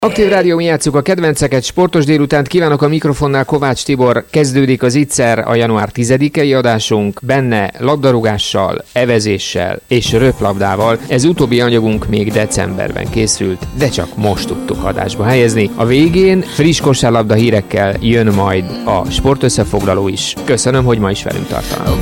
Aktív Rádió, mi játsszuk a kedvenceket, sportos délutánt kívánok, a mikrofonnál Kovács Tibor. Kezdődik az Ittszer, a január 10-i adásunk, benne labdarúgással, evezéssel és röplabdával. Ez utóbbi anyagunk még decemberben készült, de csak most tudtuk adásba helyezni. A végén friss kosárlabda hírekkel jön majd a sportösszefoglaló is. Köszönöm, hogy ma is velünk tartanak.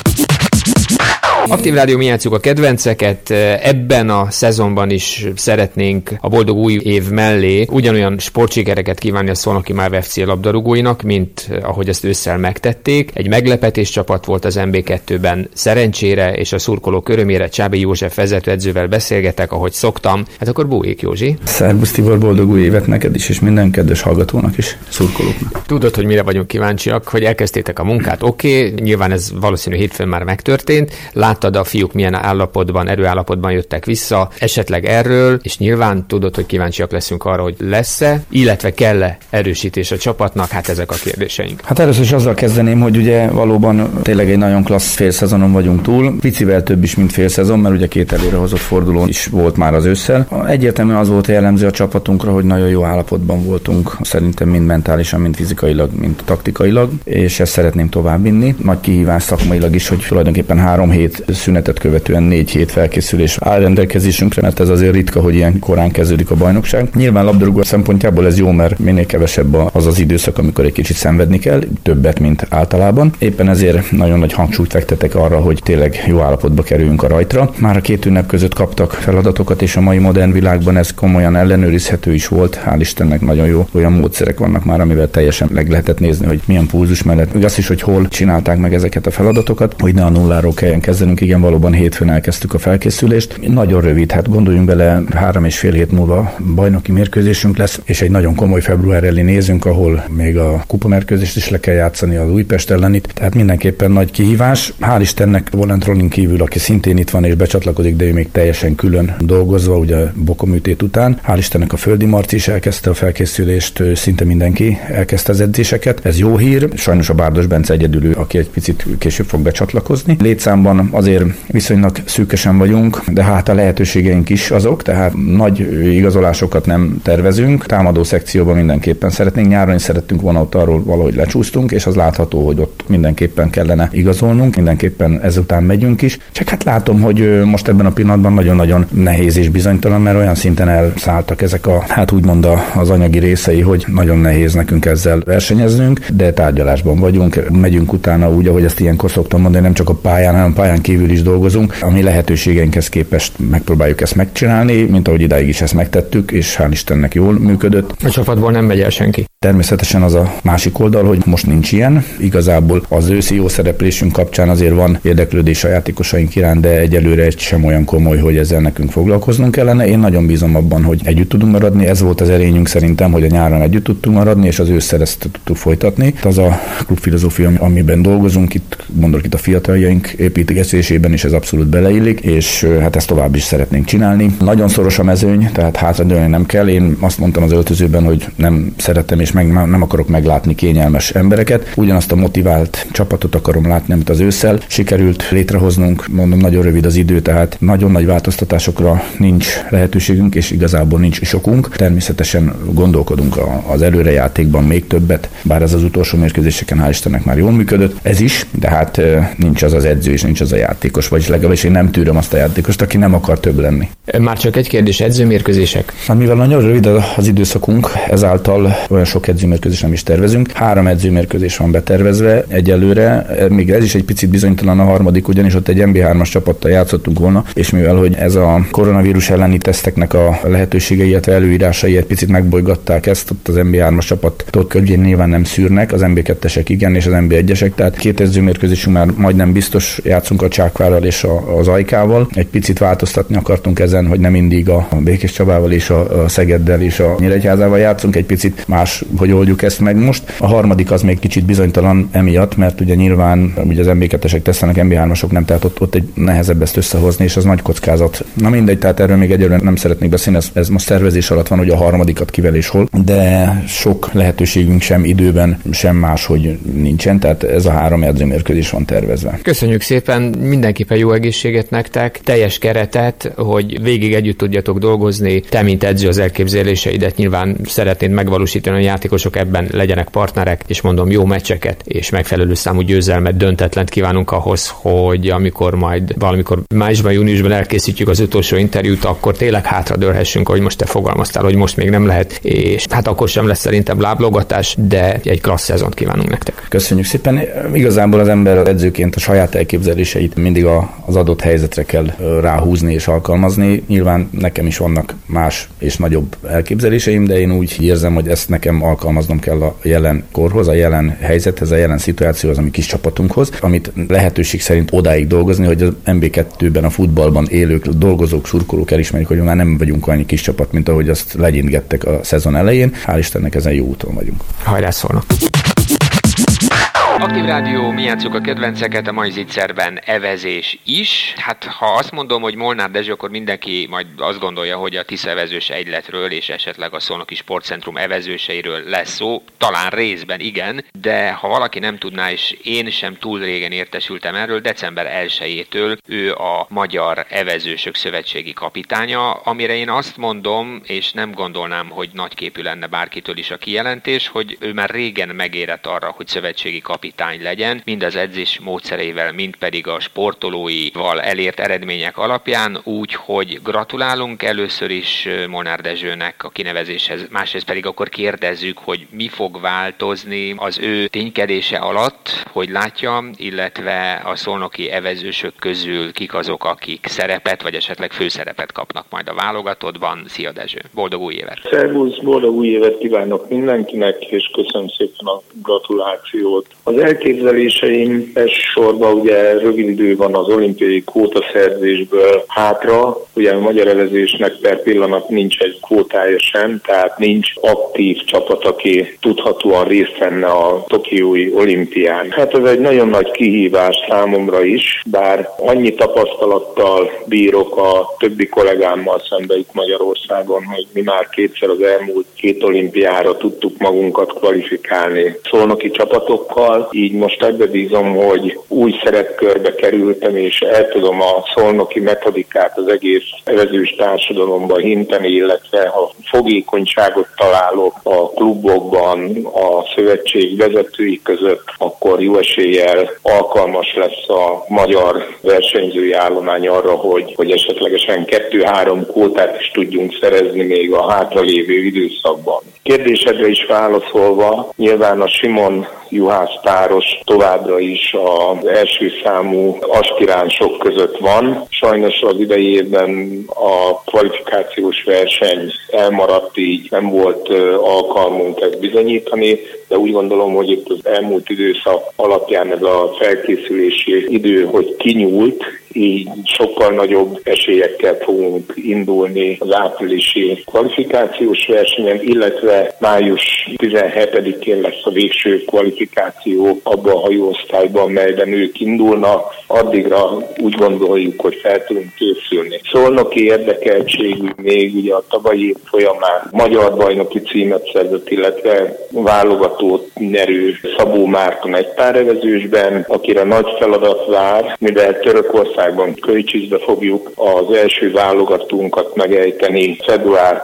Aktív Rádió, mi játsszuk a kedvenceket. Ebben a szezonban is szeretnénk a boldog új év mellé ugyanolyan sportsikereket kívánni a Szolnoki MÁV FC labdarúgóinak, mint ahogy ezt ősszel megtették. Egy meglepetés csapat volt az MB2-ben, szerencsére és a szurkolók örömére Csábi József vezetőedzővel beszélgetek, ahogy szoktam. Hát akkor bújék, Józsi! Szerbusz Tibor, boldog új évet neked is, és minden kedves hallgatónak is, szurkolóknak. Tudod, hogy mire vagyunk kíváncsiak, hogy elkezdtétek a munkát, oké, nyilván ez valószínű hétfőn már megtörtént. Láttad a fiúk milyen állapotban, erőállapotban jöttek vissza, esetleg erről, és nyilván tudod, hogy kíváncsiak leszünk arra, hogy lesz-e, illetve kell-e erősítés a csapatnak, hát ezek a kérdéseink. Hát először is azzal kezdeném, hogy ugye valóban tényleg egy nagyon klassz félszezonon vagyunk túl, picivel több is, mint félszezon, mert ugye 2 előrehozott forduló is volt már az ősszel. Egyértelműen az volt jellemző a csapatunkra, hogy nagyon jó állapotban voltunk, szerintem mind mentálisan, mind fizikailag, mind taktikailag, és ezt szeretném továbbvinni. Nagy kihívás szakmailag is, hogy tulajdonképpen 3 hét szünetet követően 4 hét felkészülés áll rendelkezésünkre, mert ez azért ritka, hogy ilyen korán kezdődik a bajnokság. Nyilván labdarúgó szempontjából ez jó, mert minél kevesebb az időszak, amikor egy kicsit szenvedni kell, többet, mint általában. Éppen ezért nagyon nagy hangsúlyt fektetek arra, hogy tényleg jó állapotba kerüljünk a rajtra. Már a 2 ünnep között kaptak feladatokat, és a mai modern világban ez komolyan ellenőrizhető is volt. Hál' Istennek nagyon jó olyan módszerek vannak már, amivel teljesen meg lehetett nézni, hogy milyen pulzus mellett. Még azt is, hogy hol csinálták meg ezeket a feladatokat, hogy ne a nulláról kelljen kezdenünk. Igen, valóban hétfőn elkezdtük a felkészülést. Nagyon rövid, hát gondoljunk bele, 3,5 hét múlva bajnoki mérkőzésünk lesz, és egy nagyon komoly február elé nézünk, ahol még a kupamérkőzést is le kell játszani, az Újpest ellenit. Tehát mindenképpen nagy kihívás. Hál' Istennek Volent Rolling kívül, aki szintén itt van és becsatlakozik, de ő még teljesen külön dolgozva, ugye bokoműtét után. Hál' Istennek a Földi Marci is elkezdte a felkészülést, szinte mindenki elkezdte az edzéseket. Ez jó hír. Sajnos a Bárdos Bence egyedül, aki egy picit később fog becsatlakozni. Létszámban azért viszonylag szűkösen vagyunk, de hát a lehetőségeink is azok, tehát nagy igazolásokat nem tervezünk. Támadó szekcióban mindenképpen szeretnénk. Nyáron is szerettünk volna, ott arról valahogy lecsúsztunk, és az látható, hogy ott mindenképpen kellene igazolnunk, mindenképpen ezután megyünk is. Csak hát látom, hogy most ebben a pillanatban nagyon-nagyon nehéz és bizonytalan, mert olyan szinten elszálltak ezek hát úgymond az anyagi részei, hogy nagyon nehéz nekünk ezzel versenyeznünk, de tárgyalásban vagyunk, megyünk utána úgy, ahogy ezt ilyenkor szoktam mondani, nem csak a pályán, hanem a pályán kívül is dolgozunk, ami lehetőségeinkhez képest megpróbáljuk ezt megcsinálni, mint ahogy idáig is ezt megtettük, és hál' Istennek jól működött. A csapatból nem megy el senki. Természetesen az a másik oldal, hogy most nincs ilyen. Igazából az őszi jó szereplésünk kapcsán azért van érdeklődés a játékosaink iránt, de egyelőre egy sem olyan komoly, hogy ezzel nekünk foglalkoznunk kellene. Én nagyon bízom abban, hogy együtt tudunk maradni. Ez volt az erényünk szerintem, hogy a nyáron együtt tudtunk maradni, és az ősszel ezt tudtuk folytatni. Az a klubfilozófia, amiben dolgozunk, gondolok itt a fiataljaink építkezésében is ez abszolút beleillik, és hát ezt tovább is szeretnénk csinálni. Nagyon szoros a mezőny, tehát hátradőlni nem kell. Én azt mondtam az öltözőben, hogy nem szeretem és nem akarok meglátni kényelmes embereket. Ugyanazt a motivált csapatot akarom látni, amit az ősszel sikerült létrehoznunk. Mondom, nagyon rövid az idő, tehát nagyon nagy változtatásokra nincs lehetőségünk, és igazából nincs sokunk. Természetesen gondolkodunk az előrejátékban még többet, bár ez az utolsó mérkőzéseken hál' Istennek már jól működött. Ez is, de hát nincs az edző és nincs az a játékos, vagyis legalábbis én nem tűröm azt a játékost, aki nem akar több lenni. Már csak egy kérdés, edzőmérkőzések? Hát mivel nagyon rövid az időszakunk, ezáltal olyan sok edzőmérkőzés nem is tervezünk. 3 edzőmérkőzés van betervezve egyelőre, még ez is egy picit bizonytalan a harmadik, ugyanis ott egy MB3-as csapattal játszottunk volna, és mivel hogy ez a koronavírus elleni teszteknek a lehetőségei, illetve előírásai egy picit megbolygatták ezt, ott az MB3-as csapattól könyvén nyilván nem szűrnek, az MB2-esek igen, és az MB1-esek, tehát 2 edzőmérkőzésünk már majdnem biztos, játszunk a Csákvárral és az Ajkával. Egy picit változtatni akartunk ezen, hogy nem mindig a Békés Csabával és a Szegeddel és a Nyíregyházával játszunk, egy picit más, hogy oldjuk ezt meg most. A harmadik az még kicsit bizonytalan emiatt, mert ugye nyilván ugye az MB2-esek tesztelnek, MB3-asok nem, tehát ott egy nehezebb ezt összehozni, és az nagy kockázat. Na mindegy, tehát erről még egyelőre nem szeretnék beszélni, ez most szervezés alatt van, hogy a harmadikat kivel és hol, de sok lehetőségünk sem időben, sem máshogy nincsen, tehát ez a 3 edzőmérkőzés van tervezve. Köszönjük szépen, mindenképpen jó egészséget nektek, teljes keretet, hogy végig együtt tudjatok dolgozni, te, mint edző, az elképzeléseidet nyilván szeretnéd megvalósítani, a játékosok ebben legyenek partnerek, és mondom, jó meccseket és megfelelő számú győzelmet, döntetlent kívánunk ahhoz, hogy amikor majd valamikor májusban, júniusban elkészítjük az utolsó interjút, akkor tényleg hátradőlhessünk, ahogy most te fogalmaztál, hogy most még nem lehet, és hát akkor sem lesz szerintem láblogatás, de egy klassz szezont kívánunk nektek. Köszönjük szépen. Igazából az ember edzőként a saját elképzeléseit mindig az adott helyzetre kell ráhúzni és alkalmazni. Nyilván nekem is vannak más és nagyobb elképzeléseim, de én úgy érzem, hogy ezt nekem alkalmaznom kell a jelen korhoz, a jelen helyzethez, a jelen szituációhoz, ami kis csapatunkhoz, amit lehetőség szerint odáig dolgozni, hogy az MB2-ben a futballban élők, dolgozók, szurkolók elismerik, hogy már nem vagyunk annyi kis csapat, mint ahogy azt legyintgettek a szezon elején. Hál' Istennek ezen jó úton vagyunk. Hajrá Szolnok! Aktív Rádió, mi játsszuk a kedvenceket, a mai zicserben evezés is. Hát ha azt mondom, hogy Molnár Dezső, akkor mindenki majd azt gondolja, hogy a Tisza evezős egyletről és esetleg a Szolnoki Sportcentrum evezőseiről lesz szó. Talán részben igen, de ha valaki nem tudná, és én sem túl régen értesültem erről, december 1-től ő a Magyar Evezősök Szövetségi kapitánya, amire én azt mondom, és nem gondolnám, hogy nagyképű lenne bárkitől is a kijelentés, hogy ő már régen megérett arra, hogy szövetségi kapitány legyen, mind az edzés módszereivel, mind pedig a sportolóival elért eredmények alapján, úgyhogy gratulálunk először is Molnár Dezsőnek a kinevezéshez, másrészt pedig akkor kérdezzük, hogy mi fog változni az ő ténykedése alatt, hogy látja, illetve a szolnoki evezősök közül kik azok, akik szerepet, vagy esetleg főszerepet kapnak majd a válogatottban. Szia Dezső! Boldog új évet! Szervusz, boldog új évet kívánok mindenkinek, és köszönöm szépen a gratulációt. Az elképzeléseim elsősorban ugye rövid idő van az olimpiai kvótaszerzésből hátra, ugye a magyar evezésnek per pillanat nincs egy kvótája sem, tehát nincs aktív csapat, aki tudhatóan részt venne a tokiói olimpián. Hát ez egy nagyon nagy kihívás számomra is, bár annyi tapasztalattal bírok a többi kollégámmal szembe itt Magyarországon, hogy mi már kétszer az elmúlt 2 olimpiára tudtuk magunkat kvalifikálni szolnoki csapatokkal, így most ebbe bízom, hogy új szerepkörbe kerültem, és el tudom a szolnoki metodikát az egész evezős társadalomban hinteni, illetve ha fogékonyságot találok a klubokban, a szövetség vezetői között, akkor jó eséllyel alkalmas lesz a magyar versenyzői állomány arra, hogy esetlegesen 2-3 kvótát is tudjunk szerezni még a hátralévő időszakban. Kérdésedre is válaszolva, nyilván a Simon Juhász páros továbbra is az első számú aspiránsok között van. Sajnos az idei évben a kvalifikációs verseny elmaradt, így nem volt alkalmunk ezt bizonyítani, de úgy gondolom, hogy itt az elmúlt időszak alapján ez a felkészülési idő, hogy kinyúlt, így sokkal nagyobb esélyekkel fogunk indulni az áprilisi kvalifikációs versenyen, illetve május 17-én lesz a végső kvalifikáció abban a hajóosztályban, melyben ők indulnak. Addigra úgy gondoljuk, hogy fel tudunk készülni. Szolnoki érdekeltségű még ugye a tavalyi év folyamán magyar bajnoki címet szerzett, illetve válogatót nyerő Szabó Márton egy párevezősben, akire nagy feladat vár, mivel Törökországban Kölcsizbe fogjuk az első válogatónkat megejteni február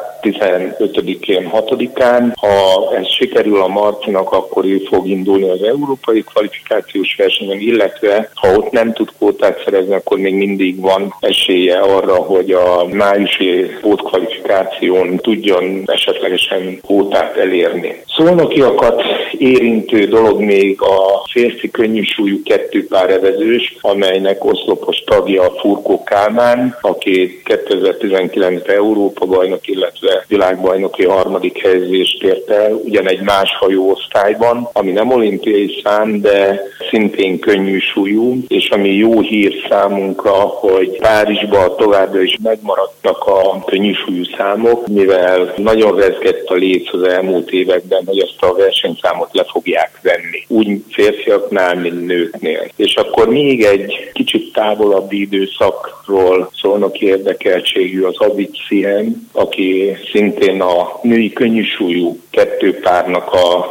15-én, 6-án. Ha ez sikerül a Marcinak, akkor ő fog indulni az európai kvalifikációs versenyen, illetve ha ott nem tud kvótát szerezni, akkor még mindig van esélye arra, hogy a májusi pótkvalifikáción tudjon esetlegesen kvótát elérni. Szolnokiakat érintő dolog még a férfi könnyűsúlyú kettőpárevezős, amelynek oszlopos tagja a Furkó Kálmán, aki 2019-ben Európa bajnok, illetve világbajnoki 3. helyezést ért el, ugyan egy más hajóosztályban, ami nem olimpiai szám, de szintén könnyű súlyú, és ami jó hír számunkra, hogy Párizsban továbbra is megmaradtak a könnyű súlyú számok, mivel nagyon rezgett a léc az elmúlt években, hogy ezt a versenyszámot le fogják venni. Úgy férfiaknál, mint nőknél. És akkor még egy kicsit távolabbi időszakról szólnak érdekeltségű az Abic Szihen, aki szintén a női könnyűsúlyú kettőpárnak a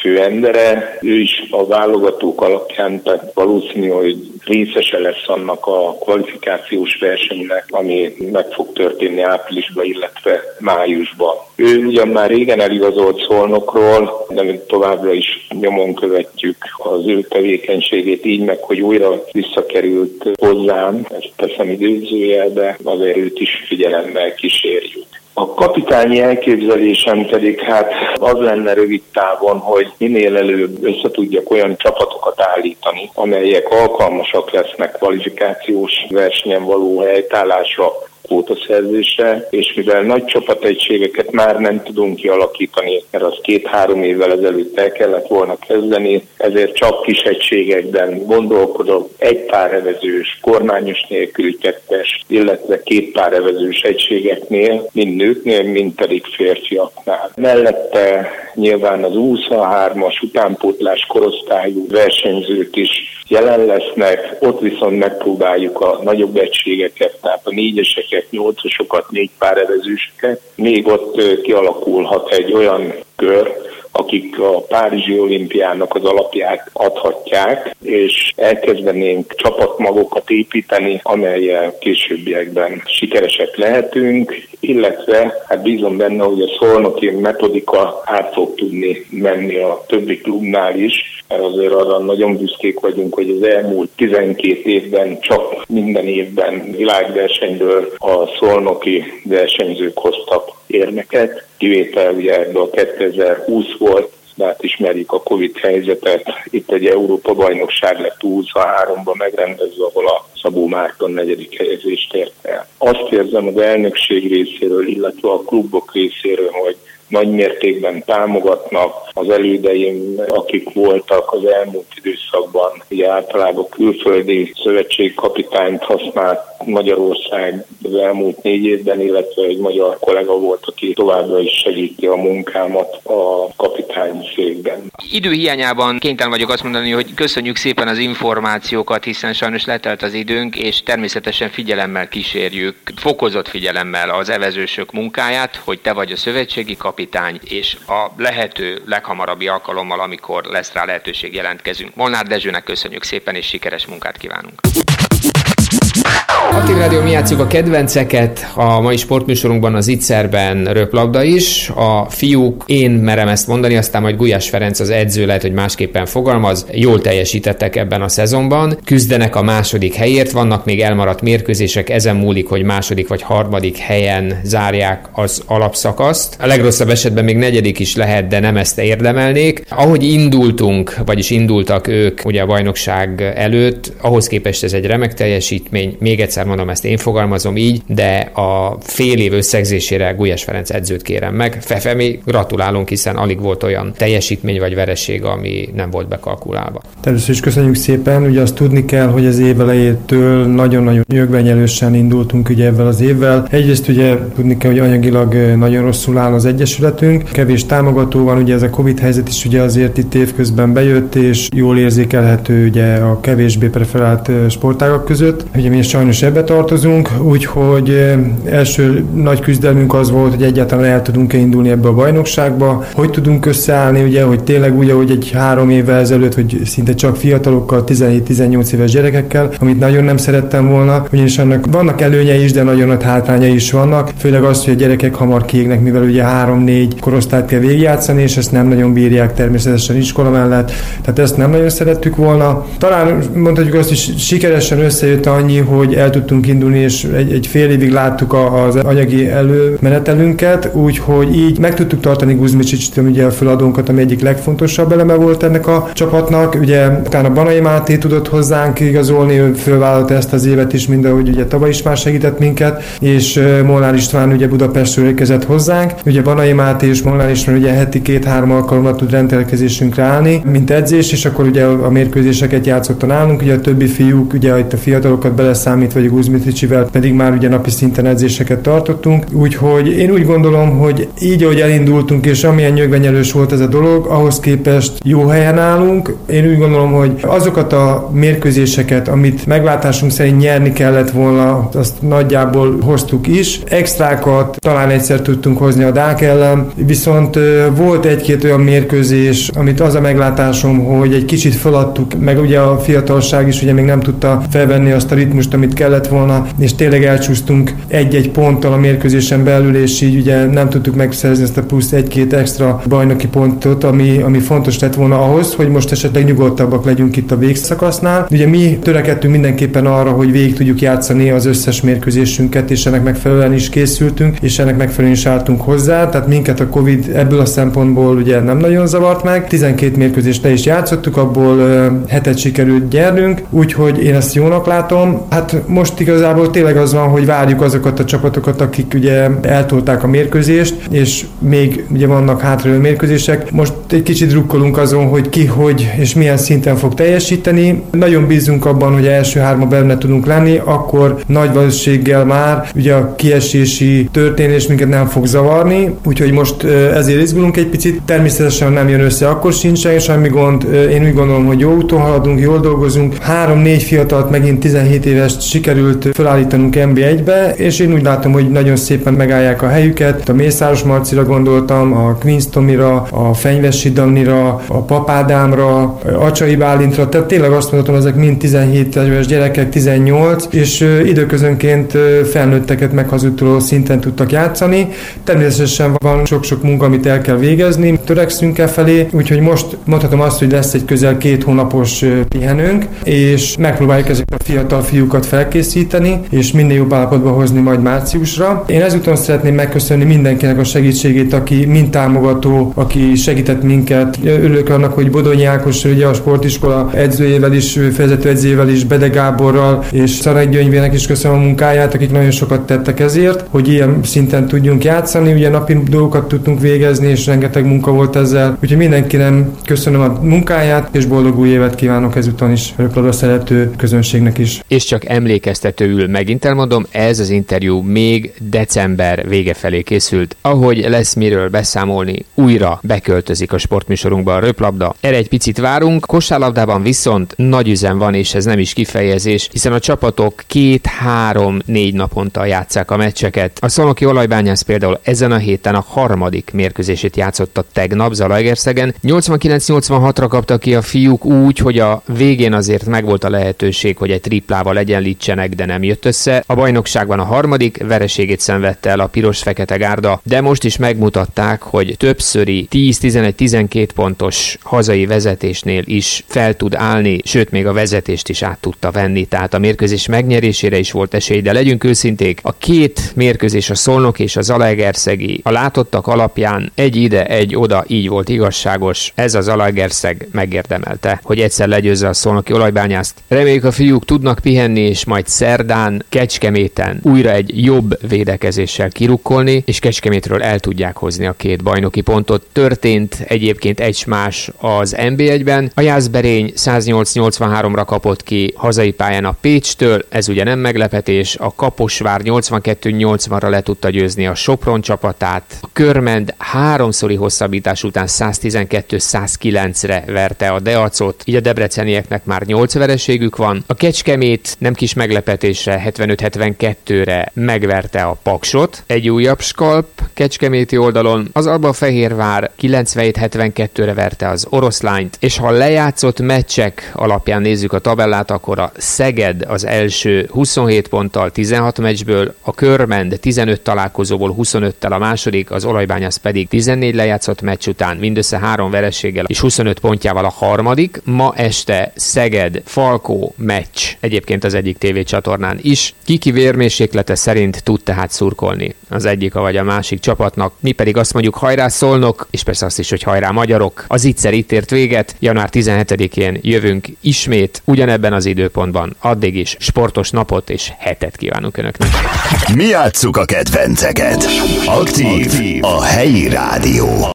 főembere. Ő is a válogatók alapján, tehát valószínű, hogy részese lesz annak a kvalifikációs versenynek, ami meg fog történni áprilisban, illetve májusban. Ő ugyan már régen eligazolt Szolnokról, de mi továbbra is nyomon követjük az ő tevékenységét, így meg, hogy újra visszakerült hozzám, ezt teszem idézőjelbe, azért őt is figyelemmel kísérjük. A kapitányi elképzelésem pedig az lenne rövid távon, hogy minél előbb összetudjak olyan csapatokat állítani, amelyek alkalmasak lesznek kvalifikációs versenyen való helytállásra, kvótaszerzésre, és mivel nagy csapategységeket már nem tudunk kialakítani, mert az 2-3 évvel ezelőtt el kellett volna kezdeni, ezért csak kis egységekben gondolkodok, egy pár evezős, kormányos nélkül kettes, illetve 2 pár evezős egységeknél, mind nőknél, mind pedig férfiaknál. Mellette nyilván az 23-as utánpótlás korosztályú versenyzők is jelen lesznek, ott viszont megpróbáljuk a nagyobb egységeket, tehát a 4-eseket, 8-asokat, 4 pár evezőseket. Még ott kialakulhat egy olyan kör, akik a Párizsi olimpiának az alapját adhatják, és elkezdenénk csapatmagokat építeni, amellyel későbbiekben sikeresek lehetünk, illetve bízom benne, hogy a szolnoki metodika át fog tudni menni a többi klubnál is, mert azért arra nagyon büszkék vagyunk, hogy az elmúlt 12 évben csak minden évben világversenyből a szolnoki versenyzők hoztak érmeket. Kivétel ugye ebből 2020 volt, de hát ismerjük a Covid helyzetet. Itt egy Európa-bajnokság lett 23-ban megrendezve, ahol a Szabó Márton 4. helyezést ért el. Azt érzem az elnökség részéről, illetve a klubok részéről, hogy nagy mértékben támogatnak. Az elődeim, akik voltak az elmúlt időszakban, ugye általában külföldi szövetségkapitányt használt Magyarország az elmúlt 4 évben, illetve egy magyar kollega volt, aki továbbra is segíti a munkámat a kapitányi székben. Időhiányában kénytelen vagyok azt mondani, hogy köszönjük szépen az információkat, hiszen sajnos letelt az időnk, és természetesen figyelemmel kísérjük, fokozott figyelemmel az evezősök munkáját, hogy te vagy a szövetségi kapitány, és a lehető leghamarabbi alkalommal, amikor lesz rá lehetőség, jelentkezünk. Molnár Dezsőnek köszönjük szépen, és sikeres munkát kívánunk! Aktív Rádió, mi játsszuk a kedvenceket, a mai sportműsorunkban az Itzerben röplabda is. A fiúk, én merem ezt mondani, aztán majd Gulyás Ferenc az edző lehet, hogy másképpen fogalmaz, jól teljesítettek ebben a szezonban, küzdenek a második helyért, vannak még elmaradt mérkőzések, ezen múlik, hogy második vagy harmadik helyen zárják az alapszakaszt. A legrosszabb esetben még 4. is lehet, de nem ezt érdemelnék. Ahogy indultunk, vagyis indultak ők ugye a bajnokság előtt, ahhoz képest ez egy remek teljesítmény. Még egyszer mondom, ezt én fogalmazom így, de a fél év összegzésére Gulyás Ferenc edzőt kérem meg. Fefe, mi gratulálunk, hiszen alig volt olyan teljesítmény vagy vereség, ami nem volt bekalkulálva. Először is köszönjük szépen, ugye azt tudni kell, hogy az év elejétől nagyon-nagyon nyögvenyelősen indultunk ugye ebben az évvel. Egyrészt ugye tudni kell, hogy anyagilag nagyon rosszul áll az egyesületünk, kevés támogató van, ugye ez a Covid helyzet is ugye azért itt évközben bejött, és jól érzékelhető ugye a kevésbé preferált sportágak között. Ugye mi sajnos ebbe tartozunk, úgyhogy első nagy küzdelmünk az volt, hogy egyáltalán el tudunk-e indulni ebbe a bajnokságba, hogy tudunk összeállni, ugye, hogy tényleg úgy, ahogy egy 3 évvel ezelőtt, hogy szinte csak fiatalokkal, 17-18 éves gyerekekkel, amit nagyon nem szerettem volna, ugyanis annak vannak előnyei is, de nagyon nagy hátrányai is vannak, főleg az, hogy a gyerekek hamar kiégnek, mivel ugye 3-4 korosztályt kell végigjátszani, és ezt nem nagyon bírják természetesen iskola mellett, tehát ezt nem nagyon szerettük volna. Talán mondhatjuk azt, hogy sikeresen összejött annyi, hogy el tudtunk indulni, és egy fél évig láttuk az anyagi előmenetelünket, úgyhogy így meg tudtuk tartani Guzmicsics, ugye a föladónkat, ami egyik legfontosabb eleme volt ennek a csapatnak. Ugye utána Banai Máté tudott hozzánk igazolni, ő fölvállalta ezt az évet is, mindahogy ugye tavaly is már segített minket, és Molnár István ugye Budapestről érkezett hozzánk. Ugye Banai Máté és Molnár István ugye heti 2-3 alkalommal tud rendelkezésünkre állni, mint edzés, és akkor ugye a mérkőzéseket játszottan állunk, ugye a többi fiúk, ugye itt a fiatalokat beleszámítva, vagy Guzmitricsivel pedig már ugye napi szinten edzéseket tartottunk, úgyhogy én úgy gondolom, hogy így, ahogy elindultunk, és amilyen nyögvenyelős volt ez a dolog, ahhoz képest jó helyen állunk. Én úgy gondolom, hogy azokat a mérkőzéseket, amit meglátásunk szerint nyerni kellett volna, azt nagyjából hoztuk is. Extrákat talán egyszer tudtunk hozni a Dák ellen, viszont volt egy-két olyan mérkőzés, amit az a meglátásom, hogy egy kicsit feladtuk, meg ugye a fiatalság is ugye még nem tudta felvenni azt a ritmust, amit kellett volna, és tényleg elcsúsztunk egy-egy ponttal a mérkőzésen belül, és így ugye nem tudtuk megszerzni ezt a plusz egy-két extra bajnoki pontot, ami fontos lett volna ahhoz, hogy most esetleg nyugodtabbak legyünk itt a végszakasznál. Ugye mi törekedtünk mindenképpen arra, hogy végig tudjuk játszani az összes mérkőzésünket, és ennek megfelelően is készültünk, és ennek megfelelően is álltunk hozzá, tehát minket a Covid ebből a szempontból ugye nem nagyon zavart meg. 12 mérkőzést le is játszottuk, abból 7-et sikerült nyernünk, úgyhogy én ezt jónak látom. Hát most igazából tényleg az van, hogy várjuk azokat a csapatokat, akik ugye eltolták a mérkőzést, és még ugye vannak hátralévő mérkőzések. Most egy kicsit drukkolunk azon, hogy ki, hogy és milyen szinten fog teljesíteni. Nagyon bízunk abban, hogy első hárma benne tudunk lenni, akkor nagy valószínűséggel már ugye a kiesési történés minket nem fog zavarni, úgyhogy most ezért izgulunk egy picit. Természetesen nem jön össze, akkor sincsen semmi gond. Én úgy gondolom, hogy jó úton haladunk, jól dolgozunk. 3-4 fiatalt megint 17 éves sikerült felállítanunk NB1-be, és én úgy látom, hogy nagyon szépen megállják a helyüket. A Mészáros Marcira gondoltam, a Quince Tomira, a Fenyvesi Danira, a Papádámra, Acsai Bálintra, tehát tényleg azt mondhatom, ezek mind 17 éves gyerekek, 18, és időközönként felnőtteket meghazudtoló szinten tudtak játszani. Természetesen van sok-sok munka, amit el kell végezni, törekszünk e felé, úgyhogy most mondhatom azt, hogy lesz egy közel 2 hónapos pihenőnk, és megpróbáljuk ezeket a fiatal fiúkat felkészíteni, és minél jobb állapotba hozni majd márciusra. Én ezúton szeretném megköszönni mindenkinek a segítségét, aki mind támogató, aki segített minket. Örülök annak, hogy Bodonyi Ákos, ugye a sportiskola edzőjével is, vezetőedzőjével is, Bede Gáborral és Szarai Gyöngyvének is köszönöm a munkáját, akik nagyon sokat tettek ezért, hogy ilyen szinten tudjunk játszani. Ugye napi dolgokat tudtunk végezni, és rengeteg munka volt ezzel. Úgyhogy mindenkinek köszönöm a munkáját, és boldog új évet kívánok ezúton is röplabda szerető közönségnek is. És csak emlékeztetőül megint elmondom, ez az interjú még december vége felé készült. Ahogy lesz miről beszámolni, újra beköltözik a sportműsorunkba a röplabda. Erre egy picit várunk, kosárlabdában viszont nagy üzem van, és ez nem is kifejezés, hiszen a csapatok 2-3-4 naponta játsszák a meccseket. A Szolnoki Olajbányász például ezen a héten a 3. mérkőzését játszotta tegnap Zalaegerszegen. 89-86-ra kaptak ki a fiúk úgy, hogy a végén azért megvolt a lehetőség, hogy egy triplával egyenlítsenek, de nem jött össze. A bajnokságban a 3. vereségét szenvedte el a piros-fekete gárda, de most is megmutatták, hogy többszöri 10-11-12 pontos hazai vezetésnél is fel tud állni, sőt még a vezetést is át tudta venni, tehát a mérkőzés megnyerésére is volt esély, de legyünk őszinték, a 2 mérkőzés, a Szolnok és a Zalaegerszegi a látottak alapján egy ide, egy oda, így volt igazságos. Ez a Zalaegerszeg megérdemelte, hogy egyszer legyőzze a Szolnoki Olajbányászt. Reméljük a fiúk tudnak pihenni, és majd szerdán Kecskeméten újra egy jobb védekezéssel kirukkolni, és Kecskemétről el tudják hozni a 2 bajnoki pontot. Történt egyébként egy-más az NB1-ben. A Jászberény 108-83-ra kapott ki hazai pályán a Pécstől, ez ugye nem meglepetés, a Kaposvár 82-80-ra le tudta győzni a Sopron csapatát, a Körmend 3-szori hosszabbítás után 112-109-re verte a Deacot, így a debrecenieknek már 8 vereségük van. A Kecskemét nem kis meglepetésre 75-72-re megverte a Paksot, egy újabb skalp kecskeméti oldalon, az Albafehérvár 97-72-re verte az Oroszlányt, és ha lejátszott meccsek alapján nézzük a tabellát, akkor a Szeged az első 27 ponttal 16 meccsből, a Körmend 15 találkozóból 25-tel a második, az Olajbányász pedig 14 lejátszott meccs után mindössze 3 vereséggel és 25 pontjával a harmadik. Ma este Szeged Falkó meccs, egyébként az egyik tévécsatornán is. Kiki vérmérséklete szerint tud tehát szurkolni az egyik vagy a másik csapatnak. Mi pedig azt mondjuk hajrá Szolnok, és persze azt is, hogy hajrá magyarok. Az Ittszer itt ért véget, január 17-én jövünk ismét ugyanebben az időpontban. Addig is sportos napot és hetet kívánunk Önöknek. Mi játsszuk a kedvenceket. Aktív a helyi rádió.